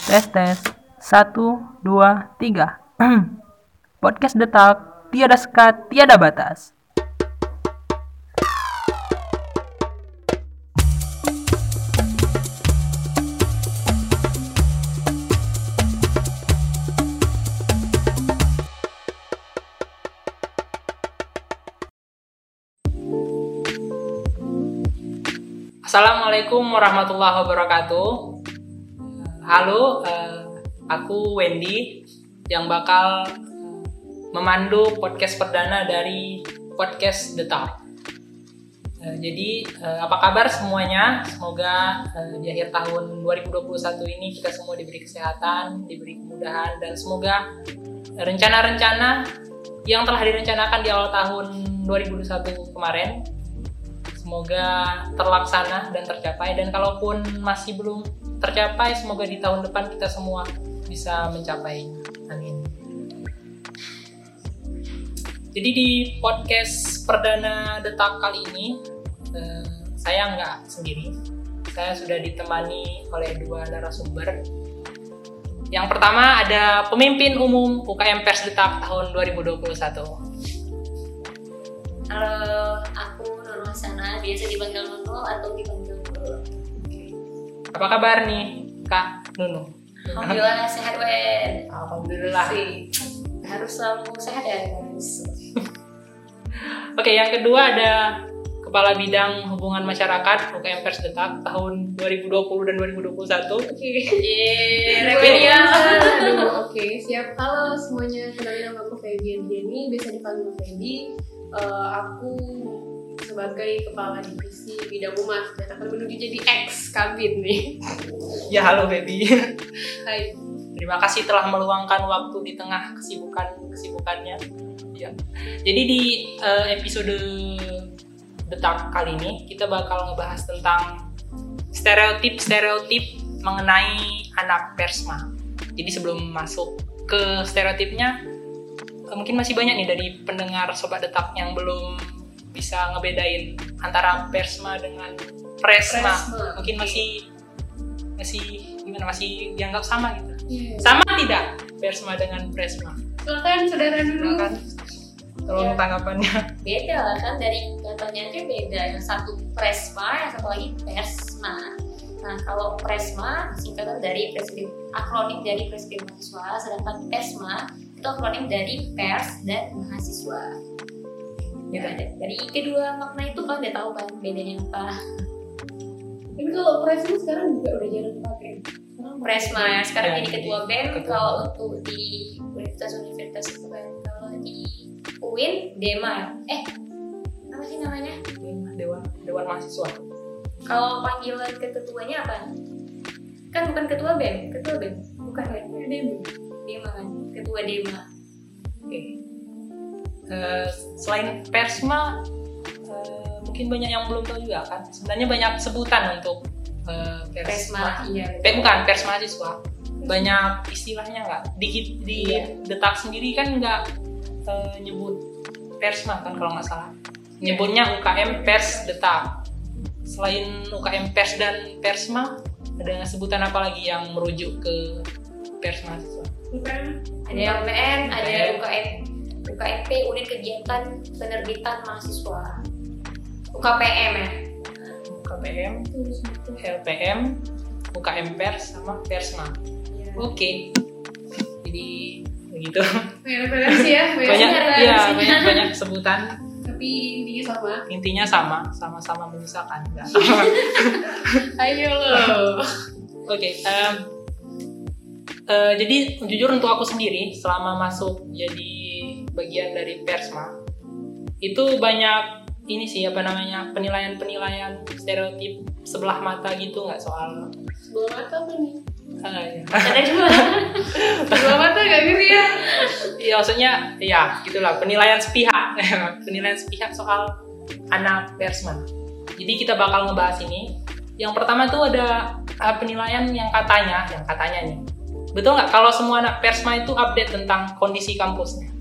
Tes tes 1, 2, 3. Podcast Detak, tiada sekat, tiada batas. Assalamualaikum warahmatullahi wabarakatuh. Halo, aku Wendy yang bakal memandu podcast perdana dari podcast Detak. Jadi apa kabar semuanya? Semoga di akhir tahun 2021 ini kita semua diberi kesehatan, diberi kemudahan, dan semoga rencana-rencana yang telah direncanakan di awal tahun 2021 kemarin semoga terlaksana dan tercapai, dan kalaupun masih belum tercapai, semoga di tahun depan kita semua bisa mencapai. Amin. Jadi di podcast perdana Detak kali ini saya nggak sendiri. Saya sudah ditemani oleh dua narasumber. Yang pertama ada pemimpin umum UKM Pers Detak tahun 2021. Halo, aku Nurul Sana, biasa dipanggil Nunu atau dipanggil Nurul. Apa kabar nih, Kak Nunu? Alhamdulillah sehat, Wen. Alhamdulillah. Harus selalu sehat ya, guys. Oke, yang kedua ada Kepala Bidang Hubungan Masyarakat UKM Pers Detak tahun 2020 dan 2021. Oke, siap. Halo semuanya, kenalin nama aku Feby Jenny, biasa dipanggil Feby. Aku sebagai kepala divisi bidang humas dan akan menuju jadi ex kabin nih. Ya, halo Feby. Hai. Terima kasih telah meluangkan waktu di tengah kesibukannya. Ya. Jadi di episode Detak kali ini kita bakal ngebahas tentang stereotip mengenai anak persma. Jadi sebelum masuk ke stereotipnya, mungkin masih banyak nih dari pendengar Sobat Detak yang belum bisa ngebedain antara persma dengan presma. Mungkin masih gimana, masih dianggap sama gitu. Yeah. Sama tidak persma dengan presma? Silakan saudara dulu. Silakan. Tolong tanggapannya. Beda lah kan, dari katanya aja beda. Yang satu presma, yang satu lagi persma. Nah, kalau presma singkatan dari akronim dari Presiden Mahasiswa, sedangkan persma itu akronim dari pers dan mahasiswa. Gitu. Dari kedua makna itu kan udah tahu kan bedanya apa. Tapi kalau presma sekarang juga udah jarang dipakai. Presma ya sekarang Ya, jadi ketua BEM. ketua. Kalau untuk di universitas itu kan, kalau di UIN Dema apa sih namanya? Dewan Mahasiswa. Kalau panggilan ketuanya apa? Kan bukan ketua BEM, bukan kan? Dema kan, ketua Dema. Oke. Selain persma, mungkin banyak yang belum tahu juga kan. Sebenarnya banyak sebutan untuk Presma, iya. Bukan pers mahasiswa. Banyak istilahnya nggak? Di Detak sendiri kan nggak nyebut persma kan kalau nggak salah. Nyebutnya UKM Pers Detak. Selain UKM Pers dan persma, ada sebutan apa lagi yang merujuk ke pers mahasiswa? Ada UPN, ada UKMP, Unit Kegiatan Penerbitan Mahasiswa. UKPM ya. UKPM, LPM, UKM Pers sama persma. Oke. Jadi begitu. Referensi ya, banyak sebutan. tapi intinya sama. Intinya sama-sama menyisakan. Ayo lo. Oke. Jadi jujur untuk aku sendiri selama masuk jadi bagian dari persma itu banyak ini sih penilaian stereotip sebelah mata gitu, nggak soal Sebelah mata apa nih? ya. Ada juga. Sebelah mata gak gitu ya? Ya maksudnya ya gitulah, penilaian sepihak soal anak persma. Jadi kita bakal ngebahas ini. Yang pertama tuh ada penilaian yang katanya nih, betul nggak kalau semua anak persma itu update tentang kondisi kampusnya?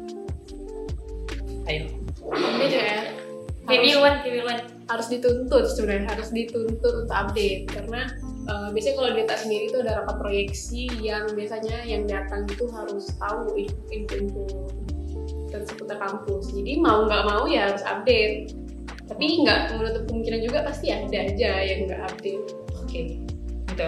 Ayo. Beda ya. Kebiluan. Harus dituntut sebenarnya, untuk update karena biasanya kalau di data sendiri itu ada rapat proyeksi yang biasanya yang datang itu harus tahu info-info seputar kampus. Jadi mau nggak mau ya harus update. Tapi nggak menutup kemungkinan juga pasti ada aja yang nggak update. Oke. Gitu.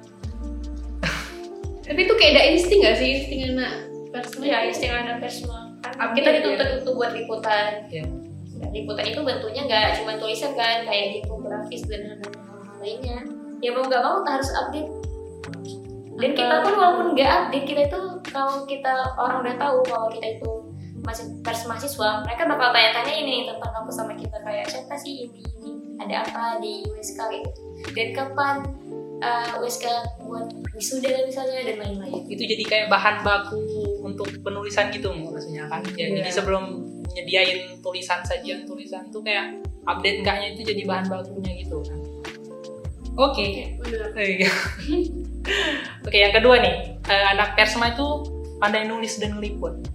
Tapi itu kayak ada insting nggak sih, insting anak persma? Ya, istilah anak persma. Update Kita dituntut ya? untuk buat liputan. Ya. Dan liputan itu bentuknya nggak cuma tulisan kan, kayak infografis dan hal-hal lainnya. Ya mau nggak mau kita harus update. Dan kita pun walaupun nggak update, kita itu kalau kita orang udah tahu kalau kita itu masih mahasiswa, mereka bakal tanya-tanya ini tentang kampus sama kita, kayak siapa sih ini ada apa di USK gitu, dan kapan USK buat wisuda misalnya dan lain-lain. Itu jadi kayak bahan baku untuk penulisan gitu maksudnya kan. Ya, Jadi sebelum nyediain sajian tulisan tuh kayak update enggaknya itu jadi bahan bakunya gitu kan. Oke. Benar. Oke, yang kedua nih, anak persma itu pandai nulis dan ngeliput.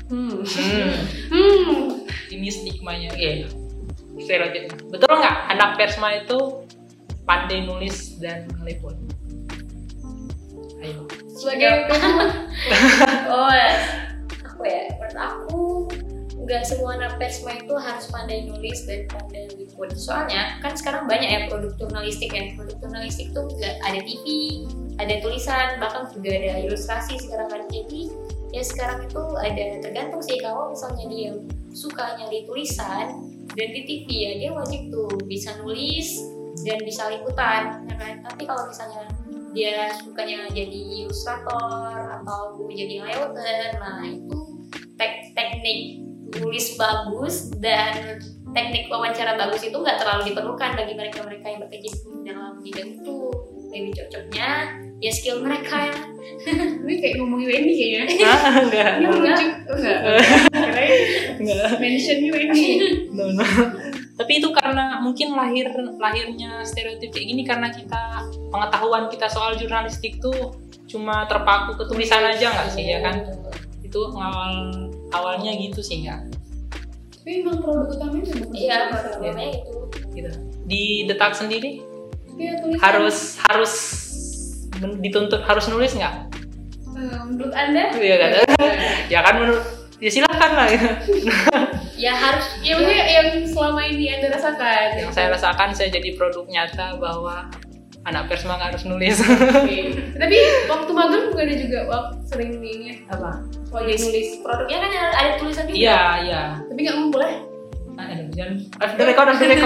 Ini stigmanya, stereotipnya. Betul nggak anak persma itu pandai nulis dan ngeliput? Ayo. Sebagai Apa ya? Menurut aku nggak semua anak persma itu harus pandai nulis dan pandai liput. Soalnya kan sekarang banyak ya produk jurnalistik ya. Produk jurnalistik tuh nggak ada TV, ada tulisan, bahkan juga ada ilustrasi sekarang kan. Jadi ya sekarang itu ada tergantung sih, kalau misalnya dia suka nyari tulisan dan di TV ya dia wajib tuh bisa nulis dan bisa liputan ya kan. Tapi kalau misalnya dia sukanya jadi ilustrator atau jadi layouter, nah itu teknik tulis bagus dan teknik wawancara bagus itu nggak terlalu diperlukan bagi mereka-mereka yang berkecimpung dalam bidang itu. Lebih cocoknya ya skill mereka ya. Ini kayak ngomongin Wendy kayaknya. Enggak. Ini enggak. Mentionnya Wendy. No. Tapi itu karena mungkin lahirnya stereotip kayak gini karena kita pengetahuan kita soal jurnalistik tuh cuma terpaku ke tulisan aja nggak sih ya kan? Itu awalnya gitu sih ya. Tapi emang produk utamanya bukan. Iya, produk utamanya itu. Gitu. Di Detak sendiri Iya, tulisan. harus dituntut harus nulis nggak? Menurut Anda? Iya kan? Ya kan menurut ya silakan lah ya. Ya harus. Ya maksudnya yang selama ini Anda rasakan. Yang saya rasakan saya jadi produk nyata bahwa anak persma nggak harus nulis. Oke. Tapi waktu magang juga ada juga sering ini Apa? wajib nulis. Produknya kan ada tulisan juga. Iya. Tapi nggak mau boleh. Jangan. The record.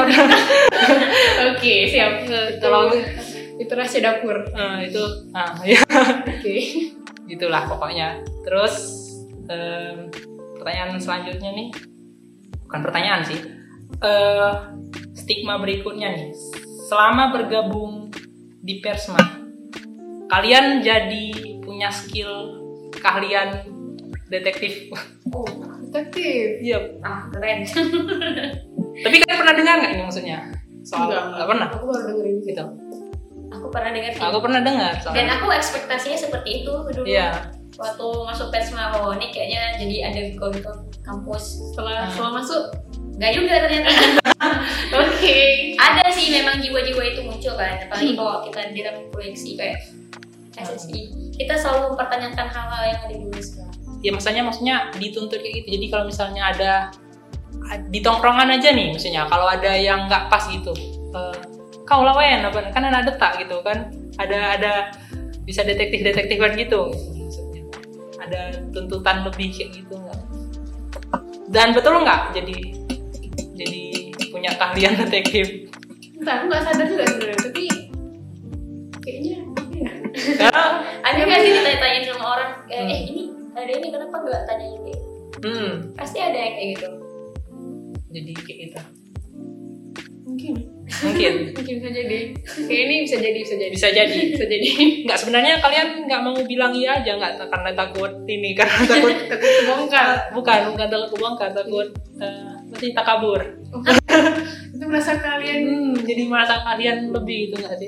Oke, siap. Tolong. Itu rahasia dapur. Ya. Oke. Gitulah pokoknya. Terus pertanyaan selanjutnya nih, bukan pertanyaan sih, stigma berikutnya nih. Selama bergabung di persma, kalian jadi punya skill keahlian detektif. Oh, Detektif. Iya. Keren. Tapi kalian pernah dengar nggak ini maksudnya? Soal Enggak. nggak pernah. Aku baru dengerin Gitu. Aku pernah dengar sih. Aku pernah dengar. Dan Soalnya. aku ekspektasinya seperti itu dulu. Iya. Waktu masuk persma, ini kayaknya jadi ada ke kampus. setelah masuk. Nggak juga ternyata. Oke. Ada sih memang jiwa-jiwa itu muncul kan. Apalagi kalau kita di dalam proyeksi kayak SSI. Kita selalu mempertanyakan hal-hal yang ada di USK. Ya maksudnya dituntut kayak gitu. Jadi kalau misalnya ada di tongkrongan aja nih, maksudnya kalau ada yang nggak pas gitu, kau lawan apa? Kan ada detak gitu kan? Ada bisa detektifan gitu. Maksudnya ada tuntutan lebih kayak gitu nggak? Dan betul nggak? Jadi punya keahlian detektif? Entah, aku nggak sadar juga sebenarnya. Tapi kayaknya. Ada nggak sih ditanya-tanyain sama orang, ini ada ini kenapa nggak tanyain dia? Pasti ada yang kayak gitu. Jadi kayak gitu. Mungkin bisa jadi. Kayak ini bisa jadi. Nggak, sebenarnya kalian nggak mau bilang iya aja, nggak karena takut takut Kebongkar. bukan takut kebongkar, takut masih takabur. Itu merasa kalian Jadi merasa kalian lebih gitu nggak sih?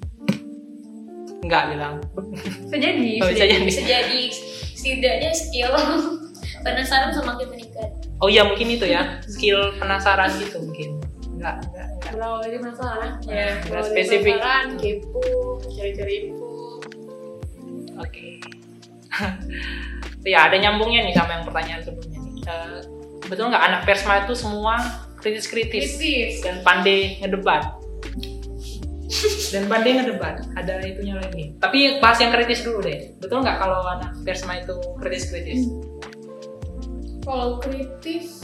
Nggak bilang. bisa jadi. Bisa jadi setidaknya skill penasaran semakin meningkat. Oh iya mungkin itu ya, skill penasaran gitu mungkin. Nggak. Berawal dari masalah. Ya, Berawal dari spesifik. penasaran, kepo. info. Oke. Ya, ada nyambungnya nih sama yang pertanyaan sebelumnya nih. Betul nggak anak Persma itu semua kritis dan pandai ngedebat? Ada itunya lagi. Tapi bahas yang kritis dulu deh. Betul nggak kalau anak Persma itu kritis? Kalau kritis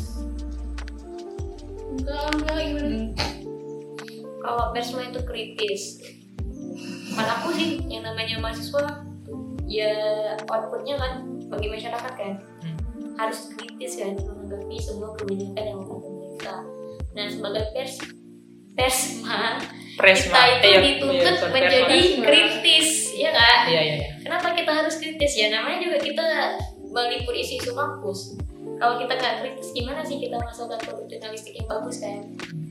enggak gimana? Kalau Persma itu kritis, kalau aku sih yang namanya mahasiswa ya outputnya kan bagi masyarakat kan harus kritis kan menanggapi semua kebijakan yang dilakukan pemerintah. Nah sebagai Persma kita itu dituntut menjadi kritis, ya nggak? Iya. Kenapa kita harus kritis ya? Namanya juga kita meliput isu-isu kampus. Kalau kita nggak kritis, gimana sih kita menghasilkan produk jurnalistik yang bagus kan?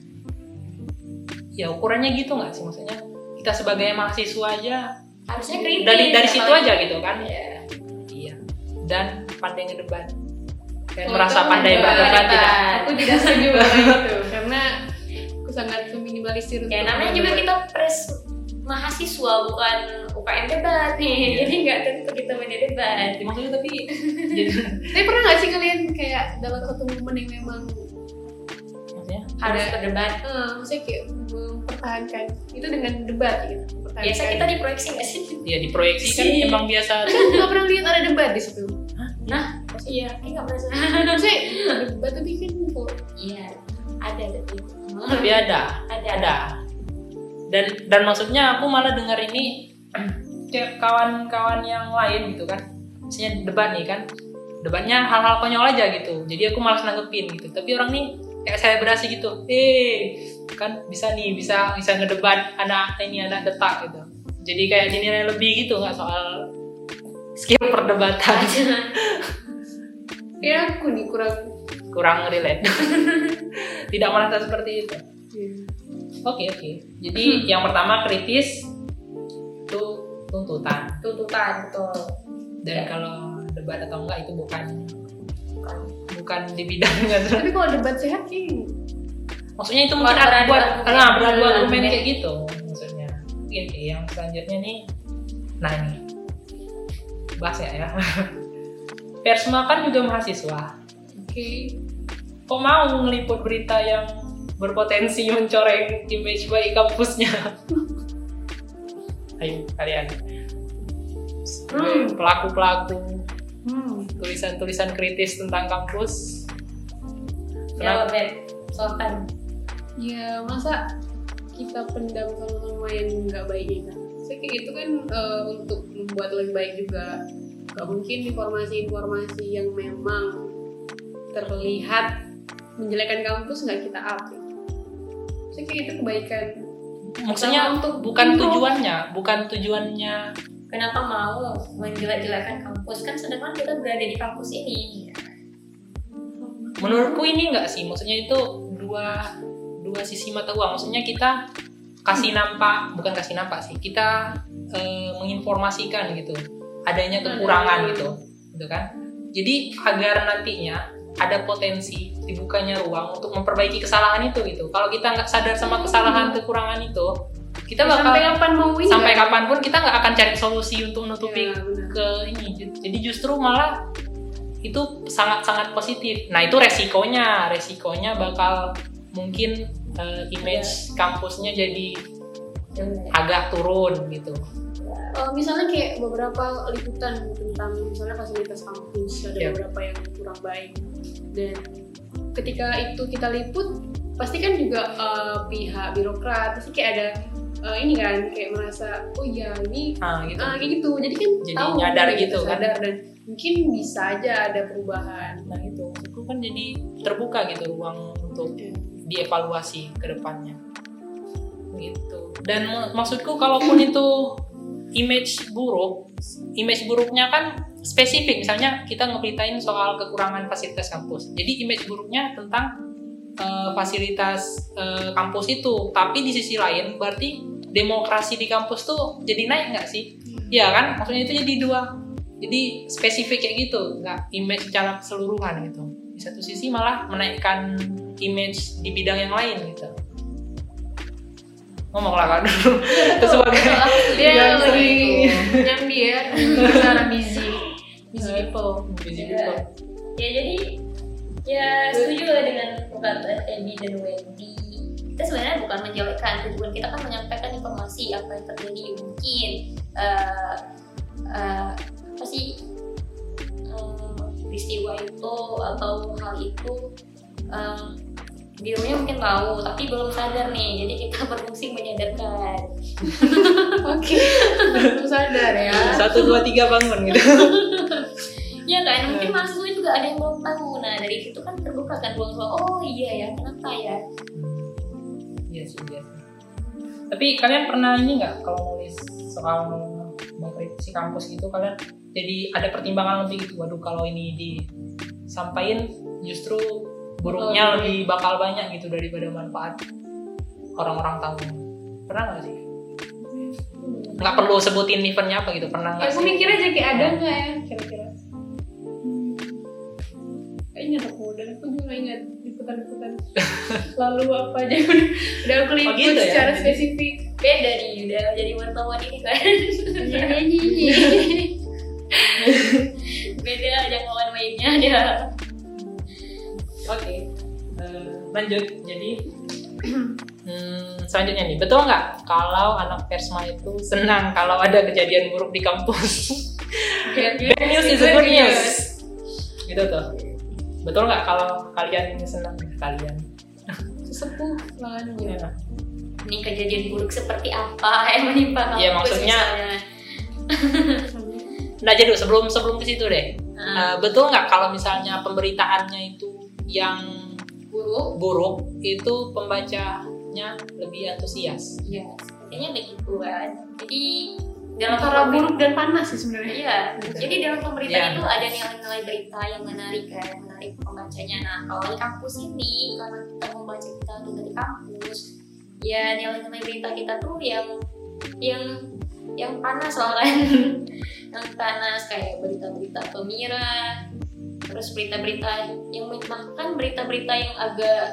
Ya ukurannya gitu nggak sih, maksudnya kita sebagai mahasiswa aja harusnya kritis. Dari situ aja gitu kan? Ya. Iya. Dan pandai ngedebat. Kayak merasa pandai berdebat tidak? Aku tidak setuju dengan itu karena aku sangat meminimalisir. Ya namanya juga kita mahasiswa bukan UKM debat nih, jadi nggak tentu kita mendebat. Maksudnya tapi pernah nggak sih kalian kayak dalam satu momen yang memang maksudnya harus berdebat? Maksudnya kayak mempertahankan itu dengan debat gitu. Biasa kita diproyeksi nggak sih? ya diproyeksi kan emang biasa. Nggak pernah lihat ada debat di situ. Nah, iya, nggak pernah. Maksudnya debat tapi kan iya ada Tapi ada. Dan maksudnya aku malah dengar ini kayak kawan-kawan yang lain gitu kan, misalnya debat nih kan, debatnya hal-hal konyol aja gitu, jadi aku malas nanggepin gitu. Tapi orang nih kayak selebrasi gitu, kan bisa ngedebat anak detak gitu, jadi kayak dinilai lebih gitu, nggak soal skill perdebatan. Ya aku nih kurang relate. Tidak merasa seperti itu. Oke. Jadi yang pertama kritis itu tuntutan betul. Dan kalau debat atau enggak itu bukan di bidangnya. Tapi kalau debat sehat sih. Maksudnya itu mungkin beradu argumen kayak gitu maksudnya. Oke, yang selanjutnya nih. Nah ini bahas ya. Persma kan juga mahasiswa. Oke. Kok mau ngeliput berita yang berpotensi mencoreng image baik kampusnya? Ayo kalian pelaku tulisan kritis tentang kampus. Jawab sopan. Ya masa kita pendam sama yang nggak baik kan? Saya kayak gitu kan untuk membuat lebih baik juga. Gak mungkin informasi-informasi yang memang terlihat menjelekkan kampus nggak kita up. Saya kayak itu kebaikan. Maksudnya untuk bukan tujuannya. Kenapa mau menjelek-jelekan kampus? Kan sedangkan kita berada di kampus ini. Menurutku ini enggak sih, maksudnya itu dua sisi mata uang. Maksudnya kita bukan kasih nampak sih. Kita menginformasikan gitu adanya kekurangan gitu kan. Jadi agar nantinya ada potensi dibukanya ruang untuk memperbaiki kesalahan itu gitu. Kalau kita nggak sadar sama kesalahan kekurangan itu, kita bakal sampai kapanpun kita nggak akan cari solusi untuk menutupi ke ini. Jadi justru malah itu sangat positif. Nah itu resikonya bakal mungkin image kampusnya jadi agak turun gitu. Misalnya kayak beberapa liputan tentang misalnya fasilitas kampus ada beberapa yang kurang baik, dan ketika itu kita liput pasti kan juga pihak birokrat pasti kayak ada ini kan kayak merasa oh iya ini gitu. Kayak gitu, jadi kan tahu nyadar gitu kan, sadar, dan mungkin bisa aja ada perubahan. Nah itu kan jadi terbuka gitu ruang untuk dievaluasi ke depannya gitu. Dan maksudku kalaupun itu image buruknya kan spesifik, misalnya kita ngeberitain soal kekurangan fasilitas kampus, jadi image buruknya tentang fasilitas kampus itu, tapi di sisi lain berarti demokrasi di kampus tuh jadi naik nggak sih? Ya kan, maksudnya itu jadi spesifik kayak gitu, nggak image secara keseluruhan gitu. Di satu sisi malah menaikkan image di bidang yang lain gitu. Ngomonglah kan dulu sebagai dia lagi ya, secara busy people. Ya jadi ya setuju lah dengan kata Ebi dan Wendy. Kita sebenarnya bukan menjelekkan, tujuan kita kan menyampaikan informasi apa yang terjadi mungkin apa sih peristiwa itu atau hal itu dirinya mungkin tahu tapi belum sadar nih, jadi kita berfungsi menyadarkan. Oke, belum sadar ya. 1, 2, 3 bangun gitu. Ya kan, mungkin mahasiswa juga ada yang belum tahu. Nah dari situ kan terbuka kan ruang-ruang, oh iya ya, kenapa ya? Iya sih. Tapi kalian pernah ini nggak kalau nulis soal mengkritisi kampus gitu, kalian jadi ada pertimbangan lebih gitu, waduh kalau ini disampaikan justru buruknya lebih bakal banyak gitu daripada manfaat orang-orang tahu. Pernah nggak sih? Nggak perlu sebutin eventnya apa gitu, pernah nggak Aku sih? mikir aja kayak ada nggak ya kira-kira. Kayaknya aku juga ingat liputan-liputan. Lalu apa aja udah aku liput gitu ya? secara spesifik. Beda nih, udah jadi wartawan ini kan. Beda aja kawan mainnya ada. Oke. Lanjut. Jadi selanjutnya nih, betul nggak kalau anak Persma itu senang kalau ada kejadian buruk di kampus? Bad news is a good news. Gitu tuh. Betul nggak kalau kalian ini senang? Kalian Sesepuh lah ya. Ini kejadian buruk seperti apa yang menimpa kampus? Iya, maksudnya misalnya. Nah jadi sebelum ke situ deh, betul nggak kalau misalnya pemberitaannya itu yang buruk itu pembacanya lebih antusias? Iya, sepertinya begitu kan. Jadi dalam antara buruk dan panas sih sebenarnya. Iya, jadi dalam pemberitaan Iya. itu ada nilai-nilai berita yang menarik kan, menarik pembacanya. Nah kalau di kampus ini, karena kita membaca kita tuh dari kampus, ya nilai-nilai berita kita tuh yang panas lah kan. Yang panas kayak berita-berita gembira, terus berita-berita yang bahkan berita-berita yang agak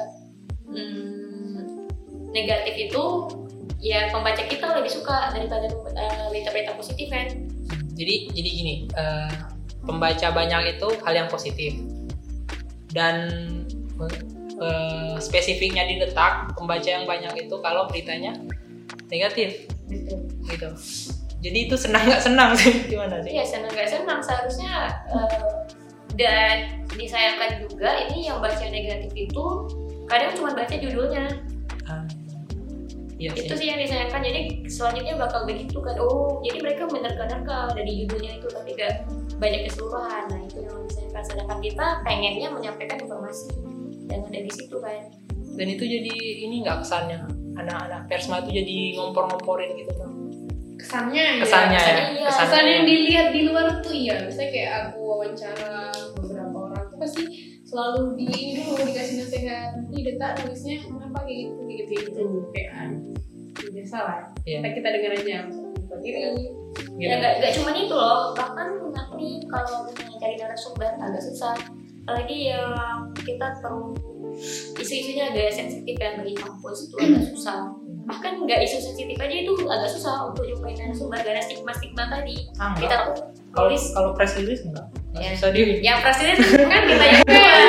negatif itu ya pembaca kita lebih suka daripada berita-berita positif kan. Jadi gini, pembaca banyak itu hal yang positif dan spesifiknya diletak pembaca yang banyak itu kalau beritanya negatif. Gitu. Jadi itu senang nggak senang sih, gimana sih? Iya, senang nggak senang seharusnya dan disayangkan juga ini yang baca negatif itu kadang cuma baca judulnya. Iya Itu sih yang disayangkan. Jadi selanjutnya bakal begitu kan. Oh, jadi mereka menerka-nerka dari judulnya itu tapi gak banyak keseluruhan. Nah itu yang disayangkan. Sedangkan kita pengennya menyampaikan informasi yang ada di situ kan. Dan itu jadi ini nggak kesannya anak-anak Persma itu jadi ngompor-ngomporin gitu kan? Kesannya iya. kesan yang dilihat di luar tuh iya. Misalnya kayak aku wawancara beberapa orang tuh pasti selalu dikasih nasihat, nanti Deta nulisnya kenapa kayak gitu kayak biasa lah. Kita dengar aja seperti ini. Ya gak cuma itu loh, bahkan aku nih kalau misalnya cari narasumber agak susah. Apalagi yang kita perlu isu-isunya agak sensitif kan bagi kampus itu agak susah. Bahkan nggak isu sensitif aja itu agak susah untuk jumpain narasumber karena stigma tadi. Kita tuh tulis kalau press release enggak? Ya. Susah dia. Yang presiden kan kita yang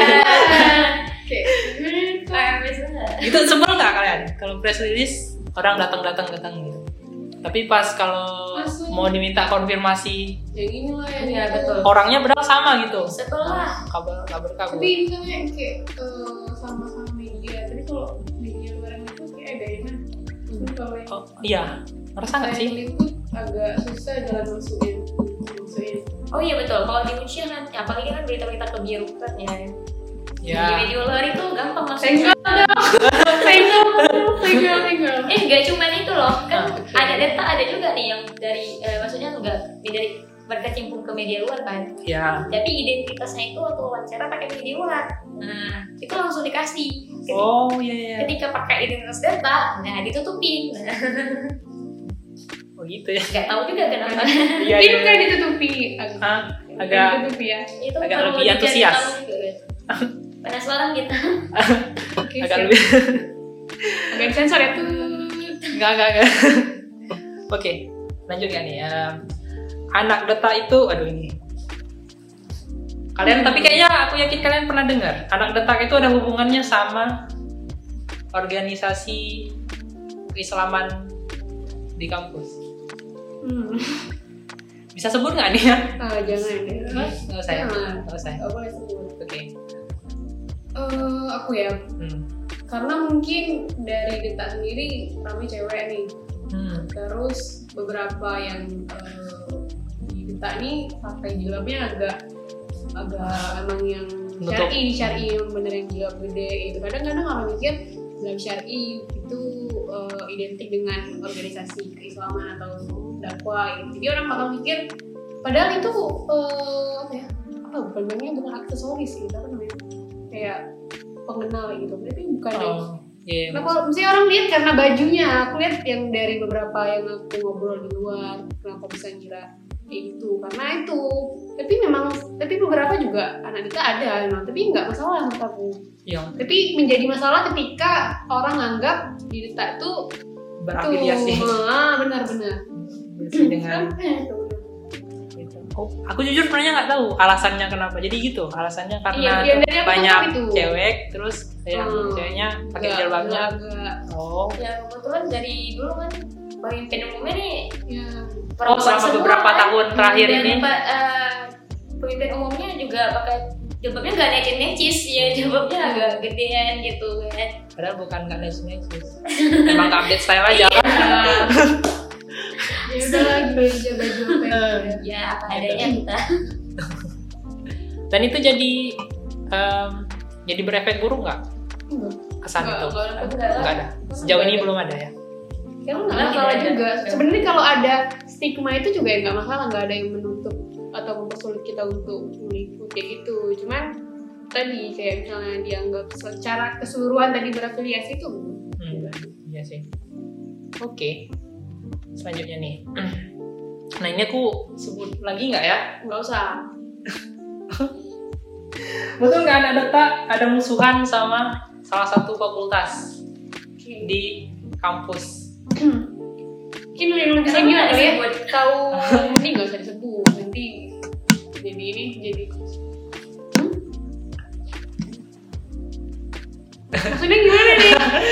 Itu sebel nggak kalian? Kalau press release orang datang gitu. Tapi pas kalau mau diminta konfirmasi, yang inilah yang ya betul. orangnya benar sama gitu. Setelah Kabar. Tapi misalnya kayak sama-sama media, tapi kalau media luar itu kayak agak enak. Kalau Oh, iya, ngerasa nggak sih? liput agak susah jalan masukin. oh iya betul, kalau di Unsia kan apalagi kan berita-berita kebirukan ya. Di Ya. media luar itu gampang masuknya. Tinggal. Gak cuma itu loh, kan Oke. ada data ada juga nih yang dari maksudnya enggak dari berkecimpung ke media luar kan. Ya. Tapi identitasnya itu waktu wawancara pakai media luar. Nah, itu langsung dikasih. Oh iya. Ketika pakai identitas data, nah ditutupin. Oh gitu ya. Gak tahu juga kenapa. Iya. Ini bukan ditutupi. Agak ditutupi ya. Itu Agak perlu lebih dicari antusias. tahu juga kan. Penasaran kita. Oke, agak siap. lebih. Agak sensor ya tuh. Enggak. Oke, lanjut ya nih. anak data itu, aduh ini. Kalian tapi kayaknya aku yakin kalian pernah dengar. Anak detak itu ada hubungannya sama organisasi keislaman di kampus. Bisa sebut nggak nih ya? Jangan deh. Nggak usah ya. Jangan. Nggak usah. Gak boleh sebut. Oke. Aku ya. Karena mungkin dari Deta sendiri ramai cewek nih. Terus beberapa yang di Deta ini pakai jilbabnya agak emang yang syar'i yang bener yang jilbab gede itu. Kadang-kadang orang mikir dalam syar'i itu identik dengan organisasi keislaman atau dakwah gitu. Jadi orang bakal mikir padahal itu bukan aksesoris gitu, apa namanya, kayak pengenal gitu, tapi bukan Nah kalau misalnya orang lihat karena bajunya, aku lihat yang dari beberapa yang aku ngobrol di luar, kenapa bisa ngira itu karena itu. Tapi beberapa juga anak kita ada memang, tapi nggak masalah menurut aku. Tapi menjadi masalah ketika orang anggap di Deta itu berafiliasi. Benar-benar. Dengan aku jujur sebenarnya nggak tahu alasannya kenapa jadi gitu. Alasannya karena banyak cewek, terus yang ceweknya pakai jilbabnya. Ya kebetulan dari dulu kan pemimpin umumnya nih. Selama beberapa tahun terakhir ini. Pemimpin umumnya juga pakai jilbabnya nggak necis ya, jilbabnya agak gedean gitu kan. Padahal bukan nggak necis. Emang nggak update style aja kan. Ya udah lagi baju ya apa adanya kita. Dan itu jadi berefek buruk nggak? Kesan itu? Nggak ada. Sejauh ini belum ada ya. Karena nggak masalah juga. Sebenarnya kalau ada stigma itu juga ya nggak masalah, nggak ada yang menutup atau mempersulit kita untuk meliput kayak gitu. Cuman tadi kayak misalnya dianggap secara keseluruhan tadi berafiliasi itu. Iya sih. Oke. Selanjutnya nih. Nah ini aku sebut lagi nggak ya? Nggak usah. Betul nggak anak Deta ada musuhan sama salah satu fakultas di kampus? Mungkin yang lebih senior kali ya. Tahu ini nggak usah disebut. Nanti jadi maksudnya gimana nih?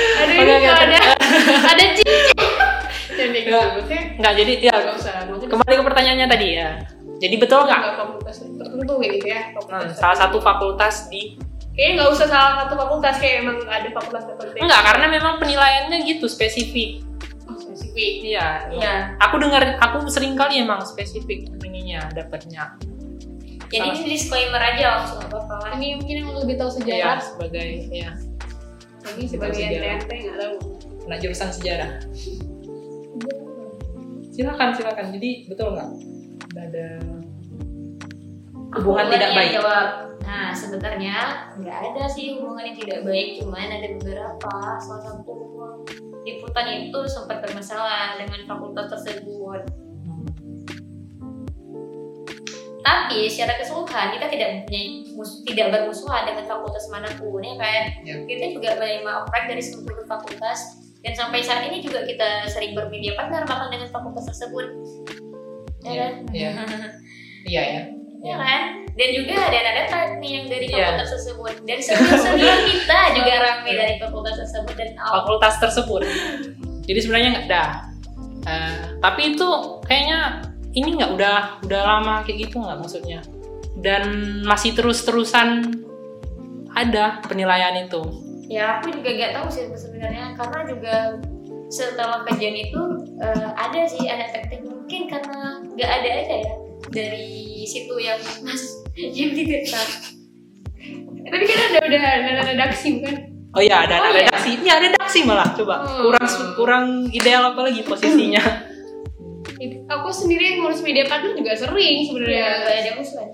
Ada cincin. Nggak, jadi ya kembali ke pertanyaannya tadi ya. Jadi betul nggak? Fakultas tertentu kayak gitu ya. Salah satu fakultas di. Kayaknya nggak usah salah satu fakultas, kayak emang ada fakultas tertentu. Enggak, karena memang penilaiannya gitu spesifik. Spesifik. Iya. Aku sering kali emang spesifik ininya dapatnya. Jadi ini disclaimer aja langsung apa-apa. Ini mungkin yang lebih tahu sejarah. Ini sebagai NTNT nggak tahu. Nah, jurusan sejarah. Silakan. Jadi betul nggak? Ada hubungan tidak baik. Jawab. Nah, sebenarnya nggak ada sih hubungan yang tidak baik, cuman ada beberapa. Salah satu liputan itu sempat bermasalah dengan fakultas tersebut. Tapi secara keseluruhan kita tidak bermusuhan dengan fakultas manapun ya kan. Kita juga menerima oprek dari seluruh fakultas. Dan sampai saat ini juga kita sering bermedia partner bahkan dengan fakultas tersebut. Ya kan? Iya. Ya kan? Dan juga ada Deta nih yang dari fakultas tersebut. Dan senior kita juga ramai dari fakultas tersebut dan fakultas tersebut. Jadi sebenarnya nggak ada. Tapi itu kayaknya ini nggak udah lama kayak gitu nggak maksudnya. Dan masih terus-terusan ada penilaian itu. Ya aku juga nggak tahu sih sebenarnya, karena juga setelah kajian itu ada sih anak teknik, mungkin karena nggak ada aja ya dari situ yang Mas yang tidak tahu. Tapi kan udah ada redaksi kan? Oh iya ada redaksi. Ini ada redaksi malah coba. Kurang ideal apa lagi posisinya. Aku sendiri yang ngurus media partner juga sering sebenarnya. Nggak ada musuhan.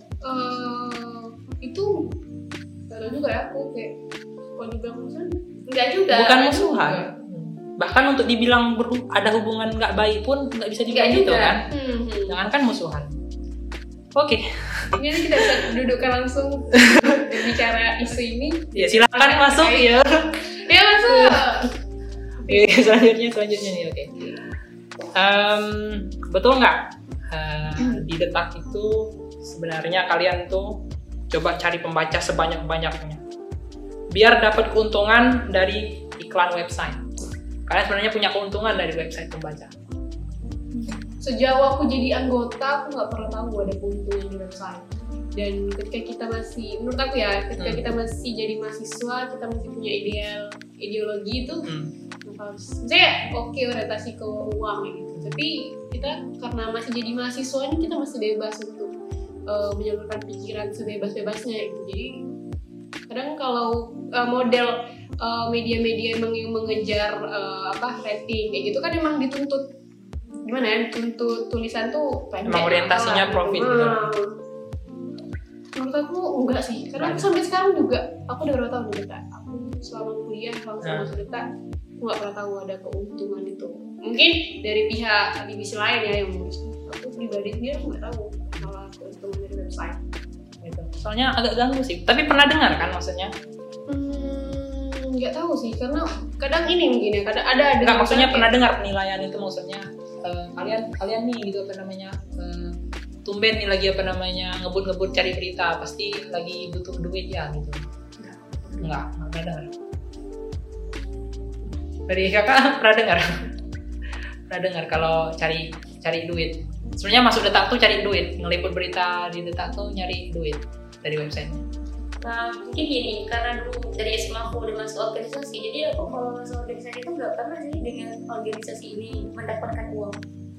Itu nggak tahu juga ya, aku kayak kalau dibilang musuhan nggak juga. Bukan musuhan. Bahkan untuk dibilang ada hubungan nggak baik pun nggak bisa dibilang gitu kan. Jangankan musuhan. Oke. Ini kita bisa dudukkan langsung bicara isu ini. Ya silakan masuk ya. Ya masuk. Oke, selanjutnya nih. Oke. Betul nggak di Detak itu sebenarnya kalian tuh coba cari pembaca sebanyak-banyaknya biar dapat keuntungan dari iklan website. Kalian sebenarnya punya keuntungan dari website pembaca. Sejauh aku jadi anggota, aku nggak pernah tahu ada keuntungan di website. Dan ketika kita masih, menurut aku ya, ketika kita masih jadi mahasiswa, kita masih punya ideologi itu, saya oke orientasi ke uang gitu. Tapi kita karena masih jadi mahasiswa ini kita masih bebas untuk menyalurkan pikiran sebebas-bebasnya gitu. Jadi kadang kalau model media-media emang yang mengejar rating kayak gitu kan emang dituntut gimana ya, dituntut tulisan tuh pendek. Emang orientasinya profit gitu. Menurut aku enggak sih, karena aku sampai sekarang juga aku udah berapa tahun di Detak. Aku selama kuliah langsung masuk Detak, aku nggak pernah tahu ada keuntungan itu. Mungkin dari pihak divisi lain ya yang ngurus. Aku pribadi sendiri aku nggak tahu malah keuntungan dari website. Gitu. Soalnya agak ganggu sih. Tapi pernah dengar kan maksudnya? Nggak tahu sih, karena kadang ini mungkin ya, kadang ada. Nggak, maksudnya pernah dengar penilaian itu maksudnya kalian nih gitu apa namanya? Tumben nih lagi apa namanya ngebut cari berita, pasti lagi butuh duit ya gitu. Nggak pernah dengar. Dari kakak pernah dengar? Pernah dengar kalau cari duit. Sebenarnya masuk Detak tuh cari duit, ngeliput berita di Detak tuh nyari duit dari websitenya. Nah, mungkin gini, karena dulu dari SMA aku udah masuk organisasi, jadi aku kalau masuk organisasi itu nggak pernah sih dengan organisasi ini mendapatkan uang.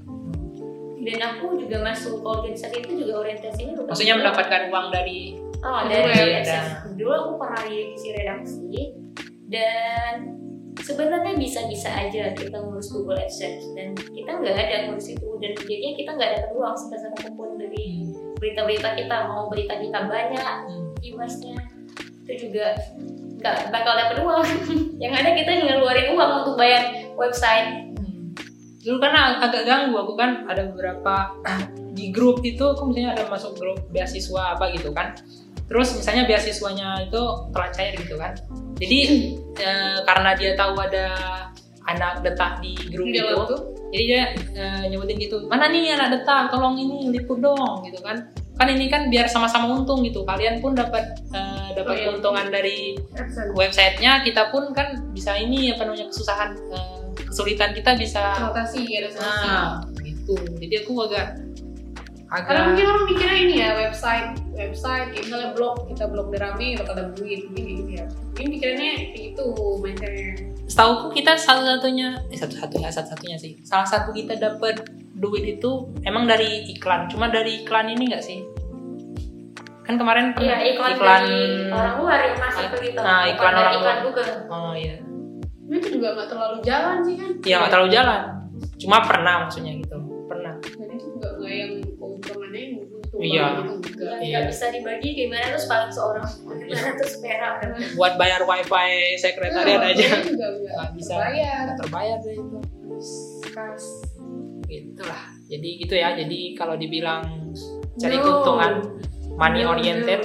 Dan aku juga masuk organisasi itu juga orientasinya bukan. Maksudnya mendapatkan uang dari AdSense. Dulu aku pernah di divisi redaksi dan sebenarnya bisa-bisa aja kita ngurus Google AdSense dan kita nggak ada ngurus itu dan jadinya kita nggak dapat uang sebesar apapun dari berita-berita kita, mau berita kita banyak viewers-nya itu juga nggak bakal dapat uang. Yang ada kita ngeluarin uang untuk bayar website. Dulu karena agak ganggu, aku kan ada beberapa di grup itu, aku misalnya ada masuk grup beasiswa apa gitu kan. Terus misalnya beasiswanya itu telat cair gitu kan. Jadi karena dia tahu ada anak Detak di grup itu, jadi dia nyebutin gitu, mana nih anak Detak, tolong ini liput dong gitu kan. Kan ini kan biar sama-sama untung gitu. Kalian pun dapat keuntungan dari websitenya, kita pun kan bisa ini apa namanya kesulitan kita bisa adaptasi. Gitu. Jadi aku agak karena mungkin orang mikirnya ini ya website kayak misalnya blog, kita blog rame bakal ada duit gitu ya. Mungkin pikirannya itu mindsetnya. Setauku kita satu-satunya sih. Salah satu kita dapat duit itu emang dari iklan. Cuma dari iklan ini nggak sih? Kan kemarin pernah iklan dari orang luar yang masuk ke kita. Nah, iklan orang luar. Google. Oh iya. Itu juga nggak terlalu jalan sih kan? Iya nggak terlalu jalan. Cuma pernah maksudnya gitu. Pernah. Dan itu juga nggak yang keuntungannya yang untung Iya. gitu juga. Nggak bisa dibagi gimana terus paling seorang gimana terus perak. Buat bayar wifi sekretariat aja juga nggak bisa terbayar deh itu. Kas. Gitulah. Jadi gitu ya. Jadi kalau dibilang cari keuntungan money oriented.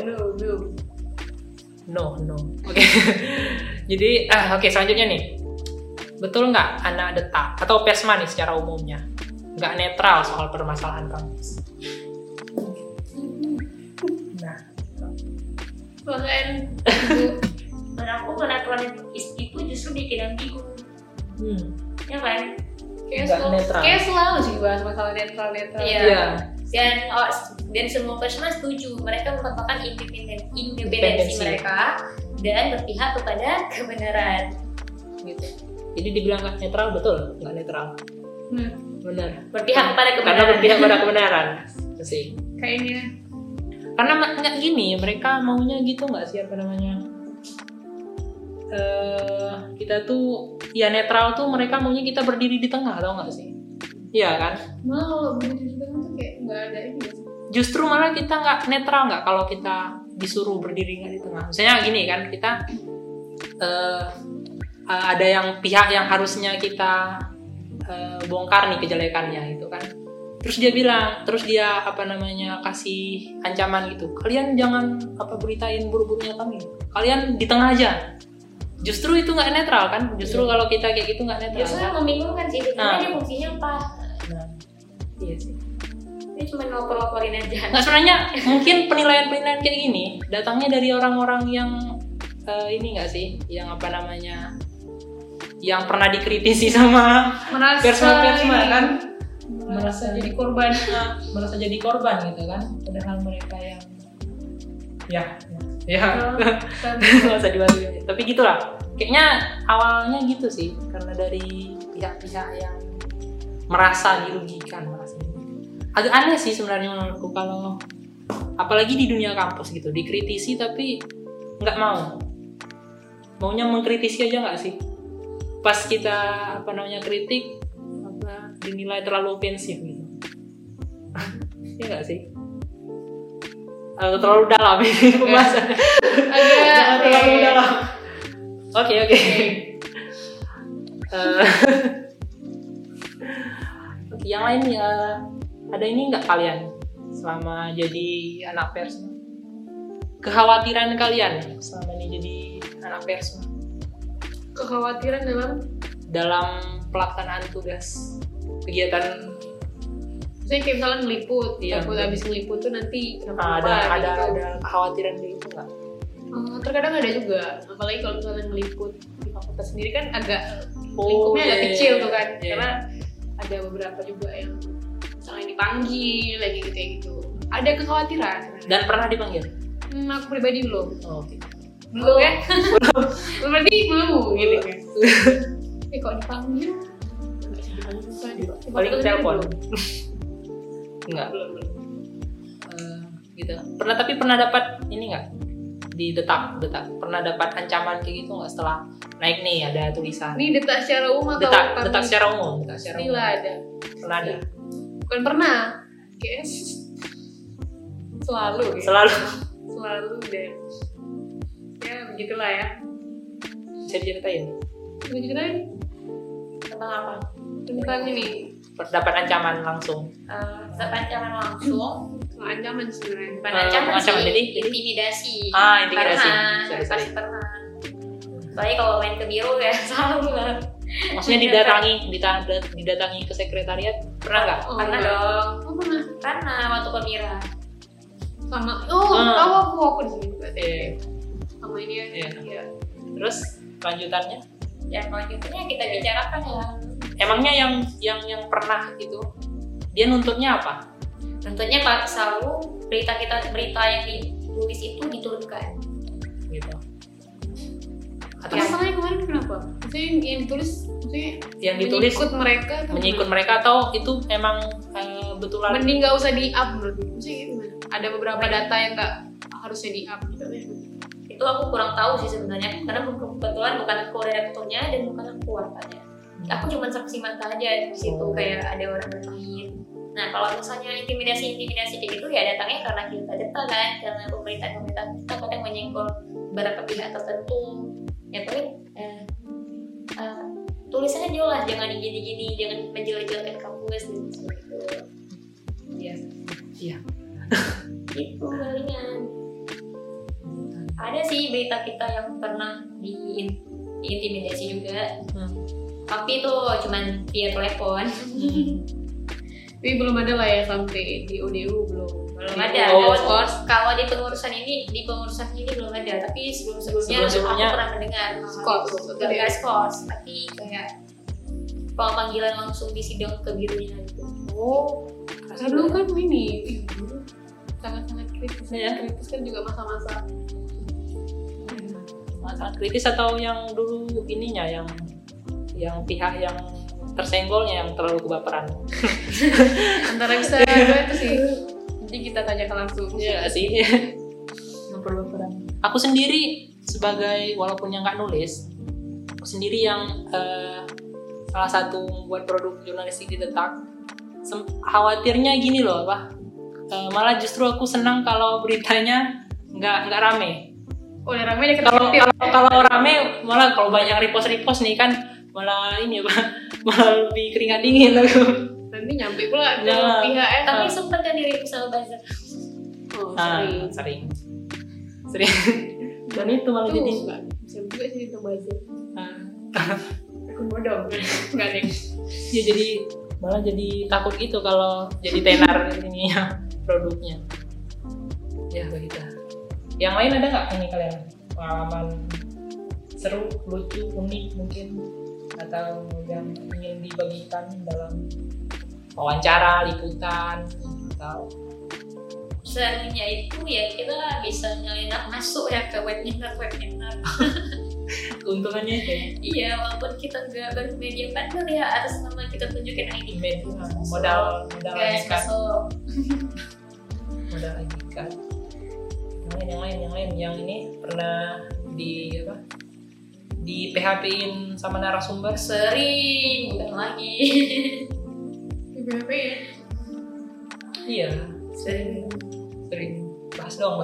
No. Oke. Jadi oke, selanjutnya nih. Betul nggak anak Detak atau Pesma nih secara umumnya nggak netral soal permasalahan kampus? Nah, Bahkan menurut aku penetralan itu justru bikin ambigu. Ya kan? Kayak selalu sih bahas masalah netral. Iya. Dan semua Pesma setuju mereka merupakan independensi mereka dan berpihak kepada kebenaran. Gitu. Jadi dibilang nggak netral, betul nggak netral. Benar. Berpihak kepada kebenaran. Karena berpihak pada kebenaran. Sih. kayaknya. Karena nggak gini, mereka maunya gitu nggak sih apa namanya? Kita tuh ya netral tuh mereka maunya kita berdiri di tengah, tau nggak sih? Iya kan? Kalau berdiri di tengah tuh kayak nggak ada ini. Justru malah kita nggak netral nggak kalau kita disuruh berdiri nggak di tengah. Misalnya gini kan, kita ada yang pihak yang harusnya kita bongkar nih kejelekannya itu kan. Terus dia apa namanya kasih ancaman gitu. Kalian jangan beritain buruk-buruknya kami. Kalian di tengah aja. Justru itu nggak netral kan? Justru kalau kita kayak gitu nggak netral. Justru membingungkan sih. Sebenarnya fungsinya apa? Nah, iya sih. Ini cuma ngoper-ngoperin aja. Nggak, sebenarnya mungkin penilaian-penilaian kayak gini datangnya dari orang-orang yang ini nggak sih, yang apa namanya, yang pernah dikritisi sama persma kan, merasa jadi korban. merasa jadi korban gitu kan, padahal mereka yang nggak usah dibahas. Tapi gitulah, kayaknya awalnya gitu sih, karena dari pihak-pihak yang merasa dirugikan. Agak aneh sih sebenarnya menurutku kalau apalagi di dunia kampus gitu, dikritisi tapi nggak maunya mengkritisi aja nggak sih, pas kita apa namanya kritik dinilai terlalu ofensif gitu. Ya nggak sih, terlalu dalam ini pembahasannya. Agak terlalu dalam. Oke. Oke, yang lain ya, ada ini nggak kalian selama jadi anak pers? Kekhawatiran kalian selama ini jadi anak pers? kekhawatiran dalam pelaksanaan tugas kegiatan. saya kayak misalnya ngeliput, Iya, takut betul. abis ngeliput tuh nanti Ada kekhawatiran gitu nggak? Terkadang ada juga, apalagi kalau misalnya ngeliput di fakultas sendiri kan agak Oh, lingkupnya agak iya, kecil tuh kan, iya. karena ada beberapa juga yang misalnya dipanggil lagi gitu kayak gitu. Ada kekhawatiran. Dan pernah dipanggil? Aku pribadi belum. Oh, oke. Belum ya? Berarti belum gitu kan. Kok dipanggil? Paling telepon. Enggak. Belum. Gitu. Pernah dapat ini nggak? Di detak pernah dapat ancaman kayak gitu nggak setelah naik nih ada tulisan? Ini detak secara umum atau Detak secara umum. Pastilah ada. Pernah ada. Bukan pernah. Kayak selalu deh. Ya begitulah ya. Bisa diceritain? Mau ceritain Tentang apa? tentang ini Dapat ancaman langsung. Dapat ancaman langsung. soal ancaman sebenarnya. Bukan ancaman sih, jadi? intimidasi. Intimidasi. Pernah, pasti pernah. Soalnya kalau main ke biro ya selalu lah. Maksudnya didatangi ke sekretariat pernah nggak? Pernah enggak. dong. Pernah. Karena waktu pemira. Sama aku di sini juga. Iya. Sama ini ya. Iya. Iya. Terus lanjutannya? Ya selanjutnya kita bicarakan ya. Emangnya yang pernah itu dia nuntutnya apa? Tentunya Pak selalu berita yang ditulis itu diturunkan. Gitu. Atau Masalahnya kemarin kenapa? Maksudnya yang ditulis, maksudnya yang ditulis menyikut mereka atau itu emang betulan? mending nggak usah di-up menurut gue. Maksudnya gimana? Ada beberapa data yang nggak harusnya di-up gitu ya. Itu aku kurang tahu sih sebenarnya karena kebetulan bukan aku redakturnya dan bukan aku wartanya. Aku cuma saksi mata aja di situ kayak ada orang datangin. Nah kalau misalnya intimidasi kayak gitu ya datangnya karena kita data kan, karena pemerintah kita kadang menyenggol beberapa pihak tertentu. Ya paling tulisannya jelas, jangan gini-gini, jangan menjelek-jelekan kampus gitu. Iya. Itu palingan. Ada sih berita kita yang pernah diintimidasi juga. Tapi itu cuman via telepon. Tapi belum ada lah ya sampai di ODU belum ada. Oh. Kalau di pengurusan ini belum ada. Tapi sebelumnya aku pernah mendengar skos. Tapi kayak panggilan langsung di sidang ke birunya gitu. Oh, karena dulu kan ini sangat-sangat kritis. Ya. Kritis kan juga masa-masa Kritis atau yang dulu ininya yang pihak yang tersenggolnya yang terlalu kebaperan. antara bisa itu sih. Jadi kita tanyakan langsung. Iya sih. Yang berbaperan. Aku sendiri sebagai walaupun yang nggak nulis, aku sendiri yang salah satu membuat produk jurnalistik di Detak, khawatirnya gini loh malah justru aku senang kalau beritanya nggak rame. Oh, ya rame deh Kalau rame malah kalau banyak repost nih kan malah ini malah lebih keringat dingin aku. nanti nyampe pula ke Ya. pihak Tapi sempat kan diriku sama buzzer. sering. Sering. Dan itu malah jadi nggak bisa juga sih itu buzzer. ah, Aku bodoh. Nggak deh. ya jadi Malah jadi takut gitu kalau jadi tenar ini ya produknya. Ya begitu. Yang lain ada nggak ini kalian pengalaman seru, lucu, unik mungkin atau yang ingin dibagikan dalam wawancara, liputan atau Selanjutnya itu ya kita bisa nyelinap masuk ya ke webinar. keuntungannya itu ya? Iya, walaupun kita nggak bermedia partner ya, atas nama kita tunjukin ID. Modal Guys, ajukan. masuk. Modal ajukan. Yang lain yang ini pernah di PHP-in sama narasumber? Sering, bukan lagi. BBP ya. Iya, Sering. bahas dong.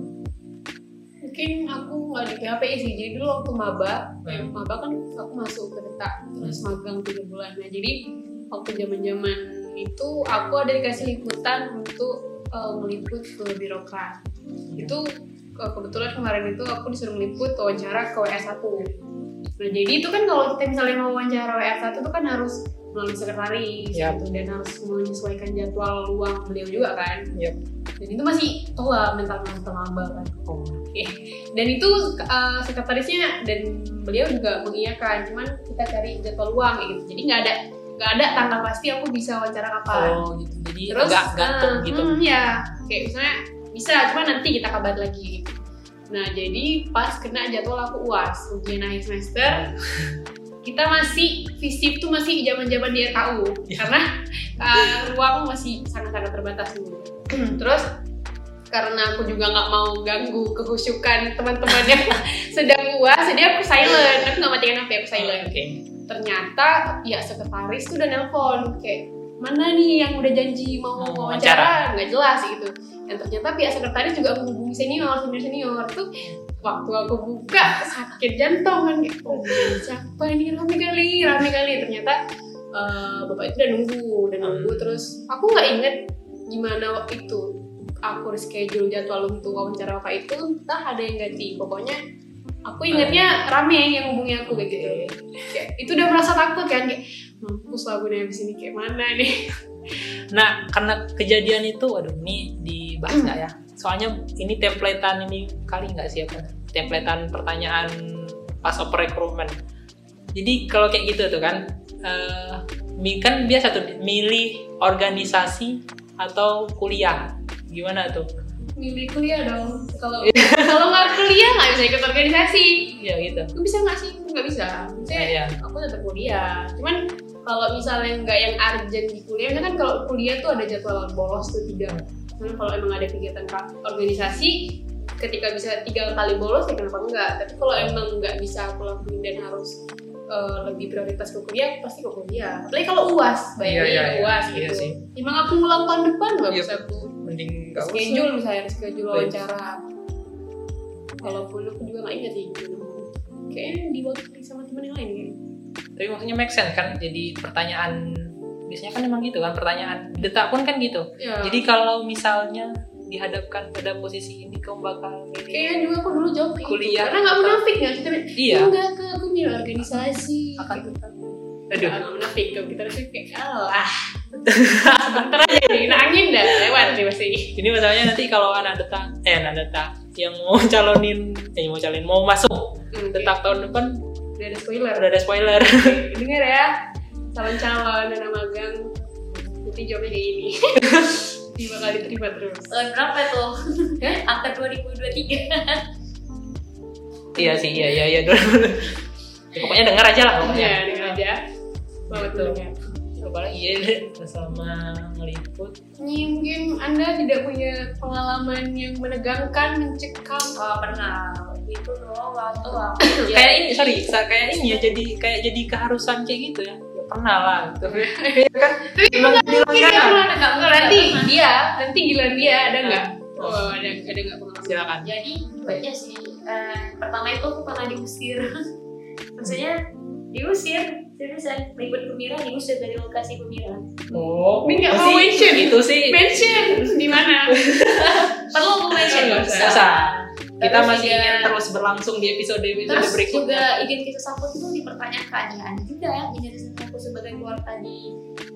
Mungkin aku nggak di PHP sih, jadi dulu waktu maba kan aku masuk ke Detak terus magang 3 bulan. Nah jadi waktu zaman itu aku ada dikasih liputan untuk meliput ke birokrat. Itu kebetulan kemarin itu aku disuruh meliput wawancara ke WR1. Nah jadi itu kan kalau kita misalnya mau wawancara WR1 itu kan harus melalui sekretaris gitu, dan harus menyesuaikan jadwal luang beliau juga kan. Dan itu masih tua mental maba kan. Dan itu sekretarisnya dan beliau juga mengiyakan, cuman kita cari jadwal luang gitu. Jadi nggak ada tanggal pasti aku bisa wawancara kapan. Gitu. Jadi Terus agak gantung gitu. Ya kayak misalnya bisa, cuma nanti kita kabar lagi gitu. Nah jadi pas kena jadwal aku UAS, ujian akhir semester, kita masih FISIP tuh masih zaman dia tahu karena ruang masih sangat terbatas dulu. Terus karena aku juga nggak mau ganggu kehusyukan teman-teman yang sedang UAS, jadi aku silent, aku nggak matikan HP, aku silent. Ternyata ya sekretaris tuh udah nelpon kayak mana nih yang udah janji mau wawancara, nggak jelas gitu. Dan ternyata pihak sekretaris juga menghubungi senior tuh. Waktu aku buka sakit jantung kan kayak siapa ini, rame kali. Ternyata bapak itu udah nunggu terus aku nggak inget gimana waktu itu aku reschedule jadwal untuk wawancara bapak itu, entah ada yang ganti. Pokoknya aku ingetnya rame yang hubungi aku kayak gitu. Kayak, itu udah merasa takut kan kayak mampus lah gue habis ini kayak mana nih. Nah karena kejadian itu, waduh ini dibahas nggak ya? Soalnya ini templatean ini kali nggak sih apa? Templatean pertanyaan pas oper recruitment. Jadi kalau kayak gitu tuh kan, kan biasa tuh milih organisasi atau kuliah. Gimana tuh? Milih kuliah dong. Kalau nggak kuliah nggak bisa ikut organisasi. Iya gitu. Aku bisa nggak sih? Nggak bisa. Maksudnya aku tetap kuliah. Cuman kalau misalnya nggak yang urgent di kuliah, kan kalau kuliah tuh ada jadwal bolos tuh 3. Cuman kalau emang ada kegiatan organisasi, ketika bisa 3 kali bolos ya kenapa enggak. Tapi kalau emang nggak bisa aku lakuin dan harus lebih prioritas ke kuliah, pasti ke kuliah. Apalagi kalau UAS, bayangin UAS gitu. Iya, emang aku ngulang tahun depan nggak bisa aku mending schedule misalnya, schedule wawancara. Walaupun aku juga nggak ingat sih, kayaknya diwakili sama teman yang lain kayaknya. Tapi maksudnya make sense kan, jadi pertanyaan biasanya kan emang gitu kan, pertanyaan Detak pun kan gitu. Jadi kalau misalnya dihadapkan pada posisi ini kamu bakal milih kayaknya juga aku dulu jawab kuliah karena nggak munafik ya kita enggak aku milih organisasi akan nggak munafik tuh kita harus kayak sebentar aja nih angin dah lewat nih pasti. Ini masalahnya nanti kalau anak Detak yang mau masuk Detak tahun depan udah ada spoiler. Dengar ya calon-calon anak magang nanti jawabnya kayak gini. Bakal diterima terus. Tahun berapa tuh? Angka 2023. Iya sih, iya dulu. Pokoknya dengar aja lah pokoknya. Iya, dengar aja. Banget tuh. Coba lagi selama ngeliput. Mungkin Anda tidak punya pengalaman yang menegangkan, mencekam. Oh, pernah. Itu dong waktu kayak ini, kayak ini ya, jadi keharusan kayak gitu ya. Pernah lah gitu. Kan nanti giliran dia ada nggak? Oh, ada nggak pengalaman? Silakan. Jadi banyak sih. Pertama itu aku pernah diusir. Maksudnya diusir, seriusan ikut pemilihan diusir dari lokasi pemilihan. Oh, ini nggak mau mention itu sih. Mention di mana? Perlu aku mention nggak usah. Kita masih ingin terus berlangsung di episode berikutnya. Terus juga identitas aku itu dipertanyakan ya, ada juga yang identitas aku sebagai keluarga di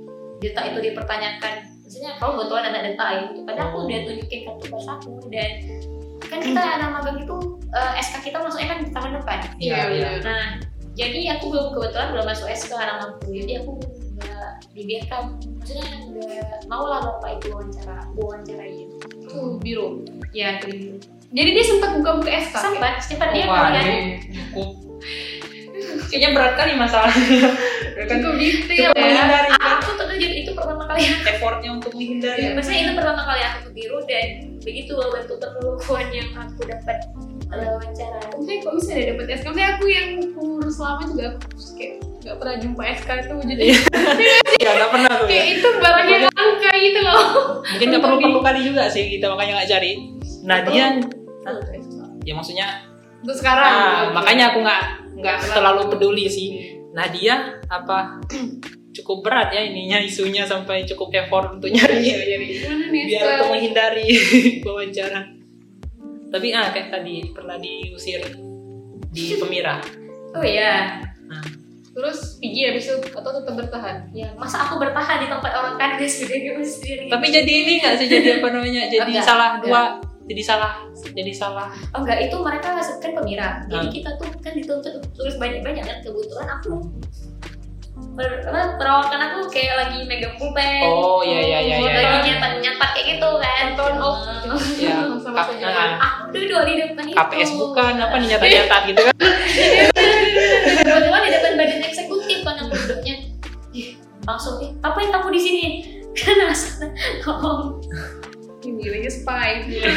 data itu dipertanyakan, maksudnya kamu betulan ada data ya gitu. Padahal aku udah tunjukin satu persatu, dan kan kita anak magang itu SK kita masuknya kan di tahun depan. Iya. Nah jadi aku kebetulan belum masuk SK anak magang, jadi aku nggak dibiarkan, maksudnya nggak mau lah bapak itu wawancarain Tuh biro. ya itu. Jadi dia sempat buka-buka SK. Sempat dia Wah, kalian ini cukup. Kayaknya berat kali masalahnya. Kan Cukup detail cukup ya. menghindari kan aku tuh jadi itu pertama kali effortnya untuk menghindari. maksudnya itu pertama kali aku ke biro, dan begitu bentuk pengeluaran yang aku dapat wawancara. Maksudnya kalau misalnya dapat SK, maksudnya aku yang kurus lama juga aku kayak nggak pernah jumpa SK tuh, jadi Iya, nggak pernah tuh. kayak Ya. itu barangnya langka gitu loh. Mungkin nggak perlu kali juga sih kita makanya nggak cari. Nah dia, ya maksudnya, Untuk sekarang. makanya aku nggak terlalu peduli sih. Nah dia apa cukup berat ya ininya isunya sampai cukup effort untuk nyari Gimana nih biar SK? untuk menghindari wawancara. Tapi kayak tadi pernah diusir di Pemira. Oh iya. Nah, Terus PG habis itu atau tetap bertahan? Ya, masa aku bertahan di tempat orang kades sendiri. tapi jadi ini nggak sih jadi apa namanya? Jadi Enggak, salah enggak. dua. Jadi salah. Oh enggak, itu mereka kan Pemira. Jadi Hmm. kita tuh kan dituntut tulis banyak-banyak kan. Kebetulan aku perawakan aku kayak lagi megang pulpen. Oh iya. Lagi nyatat kayak gitu kan. Turn off. Ya, Masa-masa Kap- zaman. Aku duduk di depan itu. KPS bukan apa nih nyata-nyata gitu kan? Kebetulan di depan badan eksekutif kan aku duduknya. Ih, langsung ngapain kamu di sini? Kan asal ngomong. Ini lagi spy.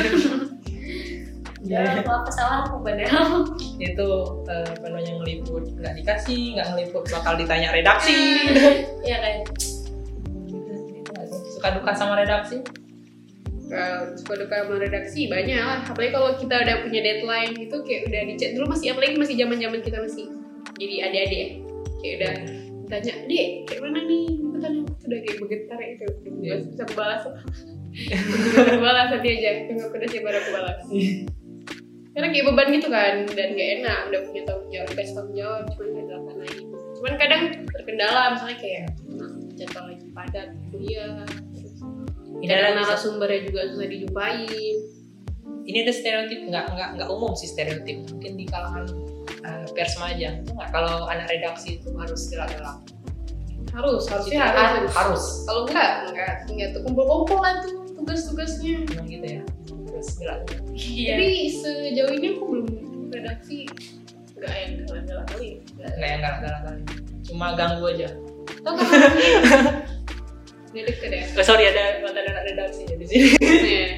Ya, apa salahku padahal. Itu apa namanya ngeliput nggak dikasih, nggak ngeliput bakal ditanya redaksi. Iya kan. Suka duka sama redaksi? Kalau suka duka sama redaksi banyak lah. Apalagi kalau kita udah punya deadline gitu, kayak udah dicat dulu apalagi masih zaman kita masih jadi adik-adik ya. Kayak udah tanya, "Dek, kayak mana nih?" Gitu kan udah kayak bergetar gitu. Bisa aku balas. Aku balas nanti aja. Tunggu aku udah siap baru aku balas. Karena kayak beban gitu kan, dan gak enak udah punya tanggung jawab, dikasih tanggung jawab, cuman gak dilaksanain. Cuman kadang terkendala, misalnya kayak jadwal lagi padat kuliah, Ini kadang ada narasumbernya juga susah dijumpain. ini ada stereotip nggak umum sih stereotip, mungkin di kalangan persma aja. Nggak, kalau anak redaksi itu harus galak-galak. Harusnya Harus. Kalau enggak tuh kumpul-kumpul lah tuh tugas-tugasnya. Memang gitu ya. Terus galak-galak. Iya. Jadi sejauh ini aku belum redaksi enggak yang galak-galak kali. Nggak yang galak-galak kali. Cuma ganggu aja. Tahu kan? Dia deket ya. Oh, sorry ada mantan anak redaksi di sini. Iya.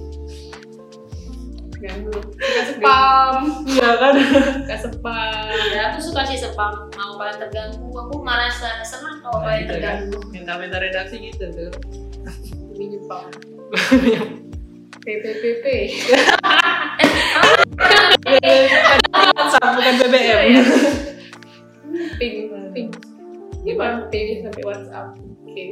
Ganggu. Enggak spam. Iya kan? Enggak spam. Ya, aku suka sih spam, mau kalian terganggu, aku malah senang kalau kalian Gitu kan. terganggu. Minta redaksi gitu tuh. Lebih Jepang. PPPP. Bukan BBM. Ping. Gimana? Ping sampai WhatsApp. Oke.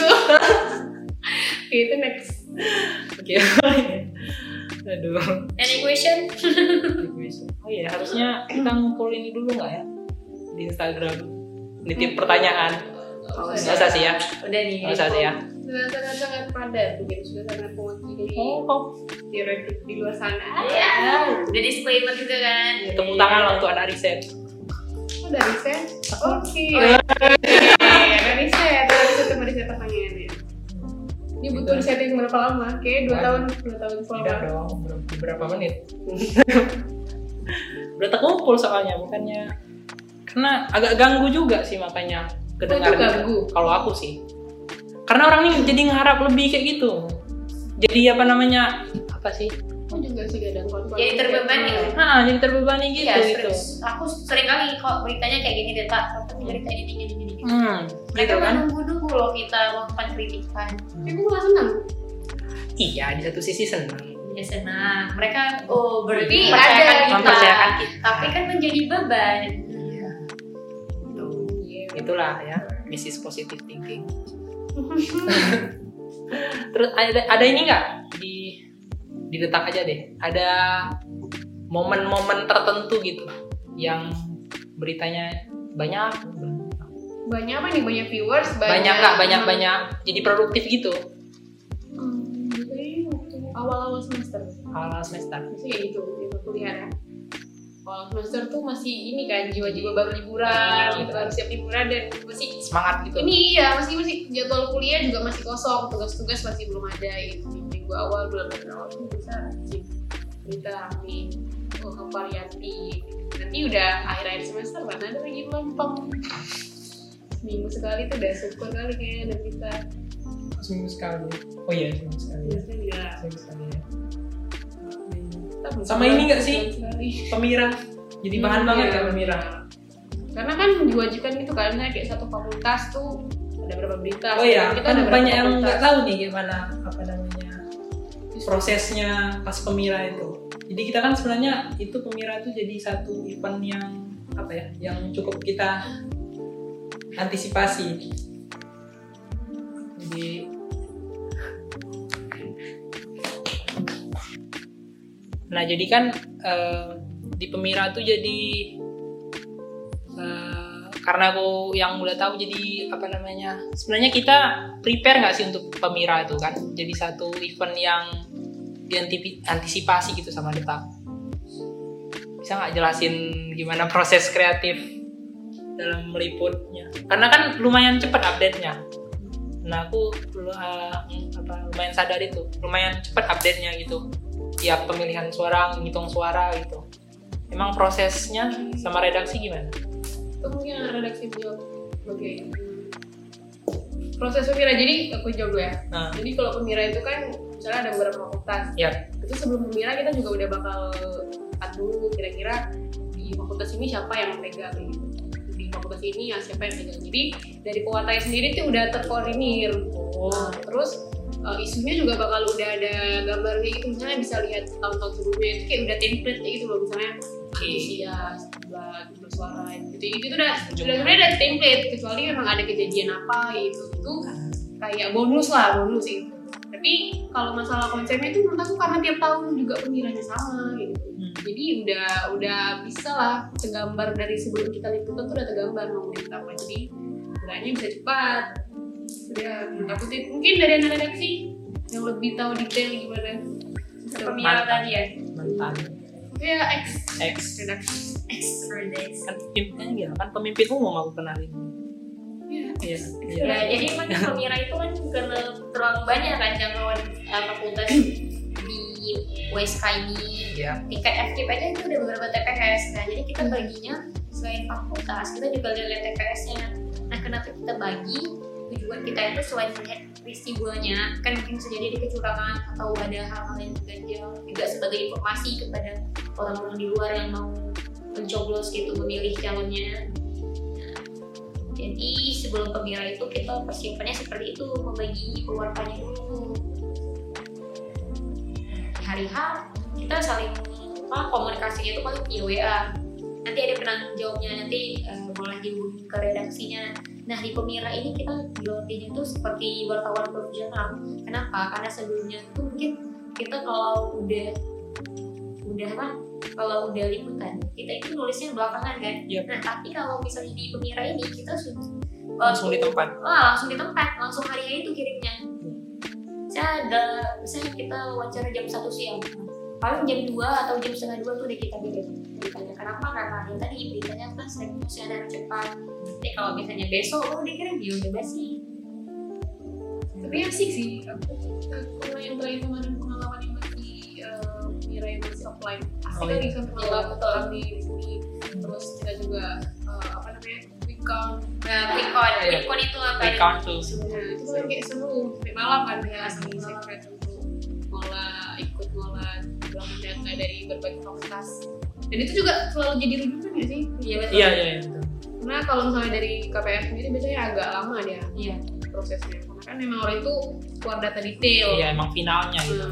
Oke, itu next. Oke. Aduh. Any question? Oh iya, harusnya kita ngumpul ini dulu nggak ya di Instagram? Nitip pertanyaan. Nggak usah sih ya. Udah nih. Nggak usah sih ya. Sudah sangat padat, mungkin sudah sangat mewakili Oh, stereotip di luar sana. Ya, udah disclaimer juga kan. tepuk tangan lah untuk anak riset. Oh, dari riset? Oke. Ada riset sama riset pertanyaannya. Ini butuh riset yang berapa lama? Kayaknya 2 tahun Tidak selama. dong, beberapa menit. Udah terkumpul soalnya, bukannya karena agak ganggu juga sih makanya kedengar itu ganggu? gitu. Kalau aku sih, karena orang ini jadi ngarap lebih kayak gitu. Jadi apa namanya apa sih? Aku juga sih kadang konflik. Jadi terbebani. Jadi terbebani gitu Iya, gitu. aku sering kali kalau beritanya kayak gini deh, Pak. Tapi berita ini. Gitu Mereka kan? menunggu loh kita melakukan kritikan. Tapi gue malah senang. Iya, di satu sisi senang. Ya senang. Mereka berarti Iya, mempercayakan ada kita. mempercayakan kita. Tapi kan menjadi beban. Iya. Itulah ya, Mrs. Positive Thinking. Terus ada ini nggak diletak aja deh. Ada momen-momen tertentu gitu yang beritanya banyak banyak apa nih, banyak viewers, banyak jadi produktif gitu. Jadi waktu awal-awal semester itu ya gitu di kuliah ya. Awal semester tuh masih ini kan, jiwa-jiwa baru liburan gitu, baru siap liburan dan masih Semangat gitu. ini iya masih jadwal kuliah juga masih kosong, tugas-tugas masih belum ada gitu. Minggu awal, bulan awal tuh bisa kita variatif. Nanti udah akhir-akhir semester mana ada lagi lempeng. Seminggu sekali tuh udah syukur kali kayaknya dan kita. Seminggu sekali. Oh iya, seminggu sekali. Biasanya ya. Seminggu sekali ya. Sama ini nggak sih? Pemira. Jadi bahan banget ya pemira. Karena kan diwajibkan gitu kan, kayak satu fakultas tuh ada berapa berita. Oh iya, kita kan ada banyak yang fakultas. nggak tahu nih gimana prosesnya pas pemira itu. Jadi kita kan sebenarnya itu pemira itu jadi satu event yang yang cukup kita antisipasi. Jadi kan di pemira tuh jadi karena aku yang udah tahu jadi sebenarnya kita prepare nggak sih untuk pemira itu kan, jadi satu event yang diantisipasi gitu sama Detak. Bisa nggak jelasin gimana proses kreatif dalam meliputnya? Karena kan lumayan cepat update-nya. Nah aku lumayan sadar itu, lumayan cepat update-nya gitu. Tiap pemilihan suara, ngitung suara gitu. Emang prosesnya sama redaksi gimana? Itu mungkin redaksi jawab. Oke. Proses pemira, jadi aku jawab dulu ya. Jadi kalau pemira itu kan misalnya ada beberapa fakultas. Yep. Itu sebelum pemira kita juga udah bakal lihat dulu kira-kira di fakultas ini siapa yang megang gitu. Di fakultas ini ya siapa yang megang. Jadi dari pewartanya sendiri tuh udah terkoordinir. Terus isunya juga bakal udah ada gambarnya gitu, misalnya bisa lihat tahun-tahun sebelumnya itu kayak udah template kayak gitu loh, misalnya antusias, jumlah suara gitu itu udah sebenarnya ada template, kecuali memang ada kejadian apa gitu, itu kayak bonus itu. Tapi kalau masalah konsepnya itu menurut aku karena tiap tahun juga pemiranya sama gitu, jadi udah bisa lah tergambar dari sebelum kita liputan tuh udah tergambar mau lihat apa, jadi kiranya bisa cepat. Ya, aku mungkin dari anak redaksi yang lebih tahu detail gimana Pemira tadi ya. Mantan. Ya, X redaksi. Kan pemimpinnya kan pemimpin umum aku kenalin. Iya. Ya, jadi emang pemira itu kan karena terlalu banyak kan jangkauan fakultas di USK ini. Iya. Tingkat FKIP aja itu udah beberapa TPS. Nah, jadi kita baginya selain fakultas, kita juga lihat TPS-nya. Nah, kenapa kita bagi? Tujuan kita itu selain melihat peristiwanya, kan mungkin bisa jadi kecurangan atau ada hal-hal yang ganjil, juga sebagai informasi kepada orang-orang di luar yang mau mencoblos gitu, memilih calonnya. Nah, jadi sebelum pemira itu kita persiapannya seperti itu, membagi pewartanya dulu. Di hari H kita saling komunikasinya itu paling via WA. Nanti ada penanggung jawabnya, nanti boleh dihubungi ke redaksinya. Nah di pemira ini kita dilatihnya tuh seperti wartawan profesional. Kenapa? Karena sebelumnya tuh mungkin kita kalau udah liputan kita itu nulisnya belakangan kan. Yep. Nah tapi kalau misalnya di pemira ini kita langsung di tempat. Langsung hari itu kirimnya. Misalnya kita wawancara jam 1 siang. Paling jam 2 atau jam setengah 2 tuh udah kita kirim beritanya. Kenapa? Karena yang tadi beritanya kan sering dan cepat. Jadi kalau misalnya besok baru dikirim ya udah basi. Tapi asik sih. Aku yang terakhir kemarin pengalaman yang masih Mira yang masih offline. Asik kan bisa pengalaman di sini. Terus kita juga quick count. Quick count itu apa? Quick count tuh. Sebenarnya itu kan kayak seru sampai malam kan ya, sampai secret untuk ikut ngolah data dari berbagai fakultas. Dan itu juga selalu jadi rujukan ya sih? Iya betul. Iya. Karena kalau misalnya dari KPR sendiri biasanya agak lama dia prosesnya. Karena kan memang orang itu keluar data detail. Iya, emang finalnya gitu.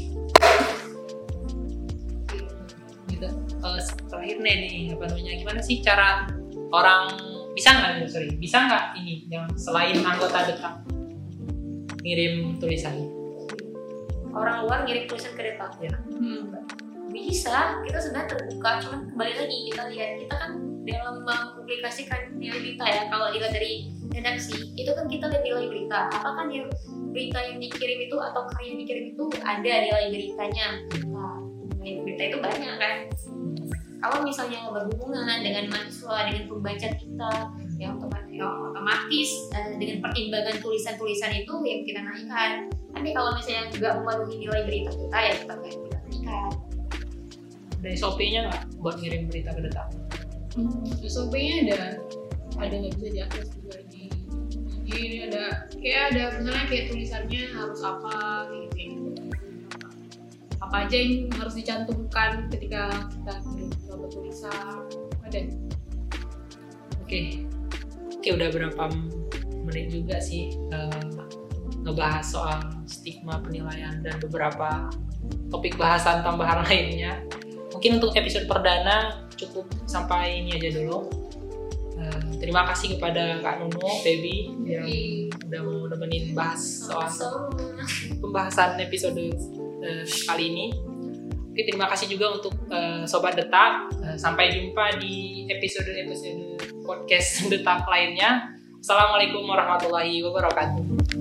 Terakhir nih gimana sih cara orang bisa nggak ini yang selain anggota Detak ngirim tulisan? Orang luar ngirim tulisan ke Detak ya. Bisa, kita sebenarnya terbuka, cuman kembali lagi kita lihat kita kan dalam mempublikasikan nilai berita ya, kalau dilihat dari redaksi itu kan kita lihat nilai berita, apakah berita yang dikirim itu atau karya yang dikirim itu ada nilai beritanya. Nah, nilai berita itu banyak kan. Kalau misalnya berhubungan dengan mahasiswa, dengan pembaca kita, yang otomatis dengan pertimbangan tulisan-tulisan itu yang kita naikkan. Tapi kalau misalnya nggak memenuhi nilai berita kita, ya kita nggak kita naikkan. Ada SOP-nya nggak buat ngirim berita ke Detak? SOP-nya ada nggak bisa diakses juga ini ada misalnya kayak tulisannya harus apa gitu. Apa aja yang harus dicantumkan ketika kita kirim suatu tulisan ada. Oke, udah berapa menit juga sih ngebahas soal stigma penilaian dan beberapa topik bahasan tambahan lainnya. Mungkin untuk episode perdana cukup sampai ini aja dulu. Terima kasih kepada Kak Nunu, Feby yang udah mau nemenin bahas soal pembahasan episode kali ini. Oke, terima kasih juga untuk Sobat Detak. Sampai jumpa di episode podcast Detak lainnya. Assalamualaikum warahmatullahi wabarakatuh.